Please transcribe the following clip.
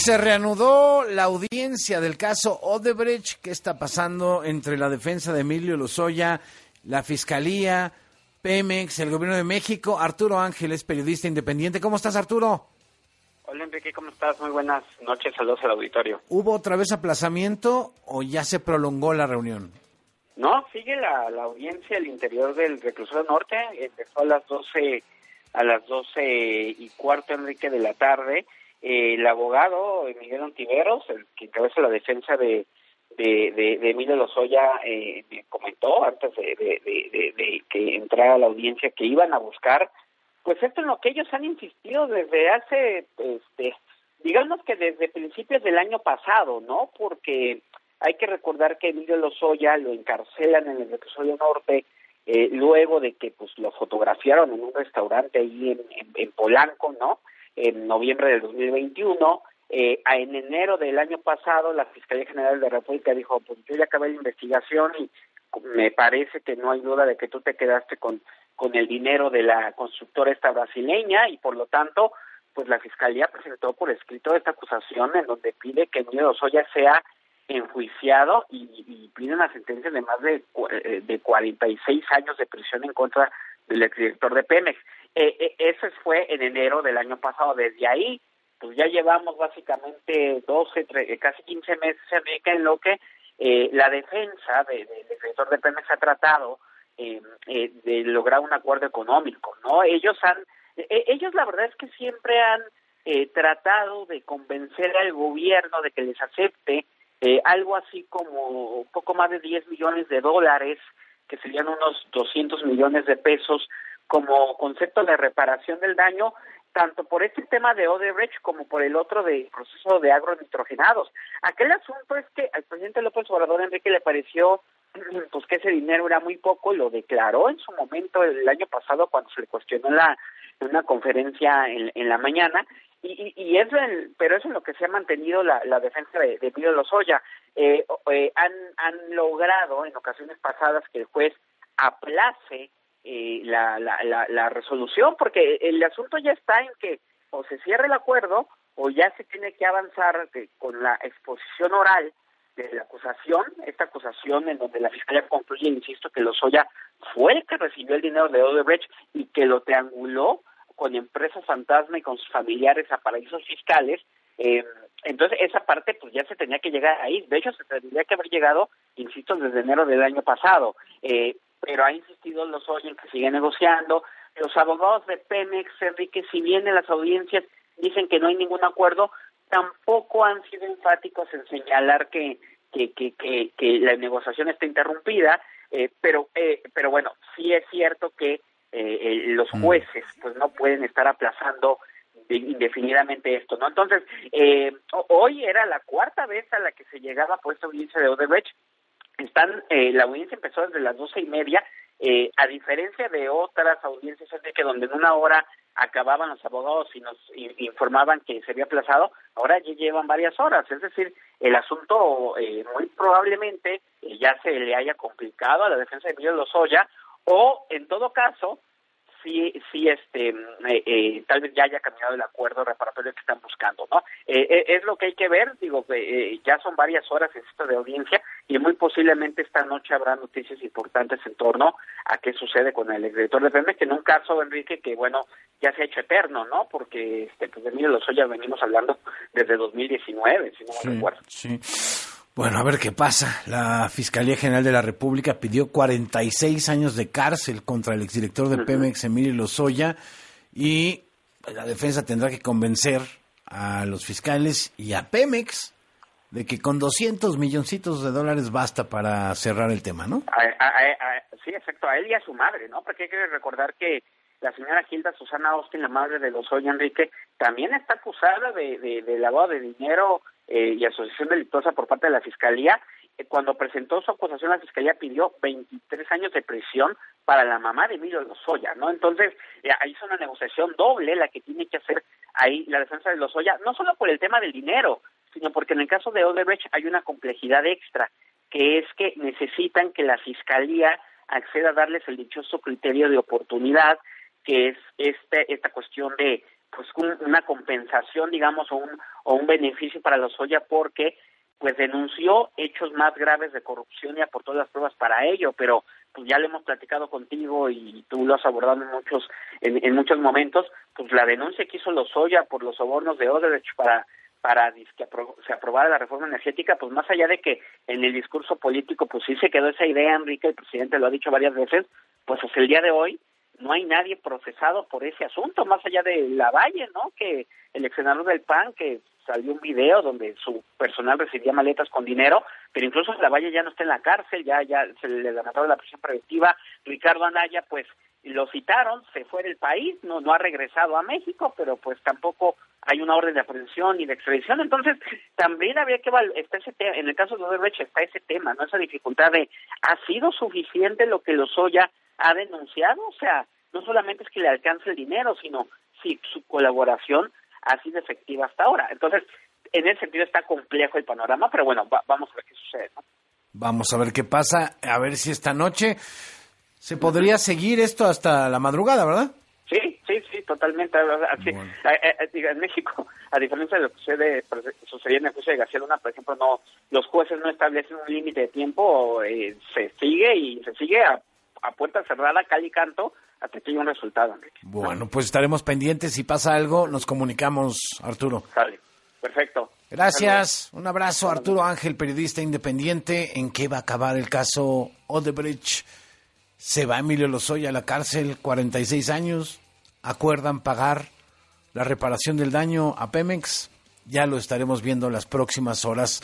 Se reanudó la audiencia del caso Odebrecht. ¿Qué está pasando entre la defensa de Emilio Lozoya, la Fiscalía, Pemex, el Gobierno de México? Arturo Ángeles, periodista independiente. ¿Cómo estás, Arturo? Hola, Enrique, ¿cómo estás? Muy buenas noches, saludos al auditorio. ¿Hubo otra vez aplazamiento o ya se prolongó la reunión? No, sigue la audiencia al interior del Reclusorio Norte. Empezó a las 12:15, Enrique, de la tarde. El abogado Miguel Ontiveros, el que encabeza la defensa de Emilio Lozoya, me comentó antes de que entrara a la audiencia que iban a buscar, pues esto en lo que ellos han insistido desde hace, digamos que desde principios del año pasado, ¿no? Porque hay que recordar que Emilio Lozoya lo encarcelan en el Reclusorio Norte luego de que pues lo fotografiaron en un restaurante ahí en Polanco, ¿no? En noviembre del 2021. En enero del año pasado, la Fiscalía General de la República dijo, pues yo ya acabé la investigación y me parece que no hay duda de que tú te quedaste con el dinero de la constructora esta brasileña y por lo tanto, pues la Fiscalía presentó por escrito esta acusación en donde pide que Emilio Lozoya sea enjuiciado y pide una sentencia de más de 46 años de prisión en contra del exdirector de Pemex. Eso fue en enero del año pasado. Desde ahí, pues ya llevamos básicamente 12, casi 15 meses, Enrique, en lo que la defensa del exdirector de Pemex ha tratado de lograr un acuerdo económico, ¿no? Ellos la verdad es que siempre han tratado de convencer al gobierno de que les acepte algo así como un poco más de $10 millones, que serían unos 200 millones de pesos, como concepto de reparación del daño, tanto por este tema de Odebrecht como por el otro de proceso de agronitrogenados. Aquel asunto es que al presidente López Obrador, Enrique, le pareció pues que ese dinero era muy poco, lo declaró en su momento el año pasado cuando se le cuestionó en una conferencia en la mañana, y es pero eso es lo que se ha mantenido la defensa de Emilio Lozoya. Han logrado en ocasiones pasadas que el juez aplace la resolución, porque el asunto ya está en que o se cierra el acuerdo o ya se tiene que avanzar con la exposición oral de la acusación, esta acusación en donde la Fiscalía concluye, insisto, que Lozoya fue el que recibió el dinero de Odebrecht y que lo trianguló con empresas fantasma y con sus familiares a paraísos fiscales. Entonces esa parte pues ya se tenía que llegar ahí. De hecho se tendría que haber llegado, insisto, desde enero del año pasado. Pero ha insistido Lozoya en que sigue negociando. Los abogados de Pemex, Enrique, si bien en las audiencias dicen que no hay ningún acuerdo, tampoco han sido enfáticos en señalar que la negociación está interrumpida, pero bueno, sí es cierto que los jueces pues no pueden estar aplazando indefinidamente esto, ¿no? Entonces, hoy era la cuarta vez a la que se llegaba por esta audiencia de Odebrecht. La audiencia empezó desde las 12:30, a diferencia de otras audiencias que donde en una hora acababan los abogados y nos informaban que se había aplazado, ahora ya llevan varias horas, es decir, el asunto muy probablemente ya se le haya complicado a la defensa de Emilio Lozoya, o en todo caso sí tal vez ya haya caminado el acuerdo reparatorio que están buscando, ¿no? Es lo que hay que ver, digo, ya son varias horas esto de audiencia y muy posiblemente esta noche habrá noticias importantes en torno a qué sucede con el exdirector de Pemex, que en un caso, Enrique, que bueno, ya se ha hecho eterno, ¿no? Porque pues de Emilio Lozoya venimos hablando desde 2019, si no me recuerdo. Sí. Bueno, a ver qué pasa. La Fiscalía General de la República pidió 46 años de cárcel contra el exdirector de Pemex, Emilio Lozoya, y la defensa tendrá que convencer a los fiscales y a Pemex de que con $200 milloncitos basta para cerrar el tema, ¿no? Sí, exacto, a él y a su madre, ¿no? Porque hay que recordar que la señora Hilda Susana Austin, la madre de Lozoya, Enrique, también está acusada de lavado de dinero y asociación delictuosa por parte de la Fiscalía. Cuando presentó su acusación, la Fiscalía pidió 23 años de prisión para la mamá de Emilio Lozoya, ¿no? Entonces, ahí es una negociación doble la que tiene que hacer ahí la defensa de Lozoya, no solo por el tema del dinero, sino porque en el caso de Odebrecht hay una complejidad extra, que es que necesitan que la Fiscalía acceda a darles el dichoso criterio de oportunidad, que es esta cuestión de pues una compensación, digamos, o un beneficio para Lozoya, porque pues denunció hechos más graves de corrupción y aportó las pruebas para ello, pero pues ya lo hemos platicado contigo y tú lo has abordado en muchos momentos, pues la denuncia que hizo Lozoya por los sobornos de Odebrecht para que se aprobara la reforma energética, pues más allá de que en el discurso político pues sí se quedó esa idea, Enrique, el presidente lo ha dicho varias veces, pues hasta el día de hoy no hay nadie procesado por ese asunto, más allá de Lavalle, ¿no? Que el ex senador del PAN, que salió un video donde su personal recibía maletas con dinero, pero incluso Lavalle ya no está en la cárcel, ya se le levantó la prisión preventiva. Ricardo Anaya, pues lo citaron, se fue del país, no ha regresado a México, pero pues tampoco hay una orden de aprehensión ni de extradición. Entonces también habría que está ese tema, en el caso de Odebrecht está ese tema, no, esa dificultad de ¿ha sido suficiente lo que Lozoya ha denunciado? O sea, no solamente es que le alcance el dinero, sino si su colaboración ha sido efectiva hasta ahora. Entonces, en ese sentido está complejo el panorama, pero bueno, vamos a ver qué sucede, ¿no? Vamos a ver qué pasa, a ver si esta noche se podría seguir esto hasta la madrugada, ¿verdad? Sí, totalmente. Así, bueno. En México, a diferencia de lo que sucedía en el juicio de García Luna, por ejemplo, no, los jueces no establecen un límite de tiempo, se sigue a puerta cerrada, cal y canto, hasta que haya un resultado, Enrique. Bueno, pues estaremos pendientes. Si pasa algo, nos comunicamos, Arturo. Sale. Perfecto. Gracias. Un abrazo, Arturo Ángel, periodista independiente. ¿En qué va a acabar el caso Odebrecht? Se va Emilio Lozoya a la cárcel, 46 años. ¿Acuerdan pagar la reparación del daño a Pemex? Ya lo estaremos viendo las próximas horas.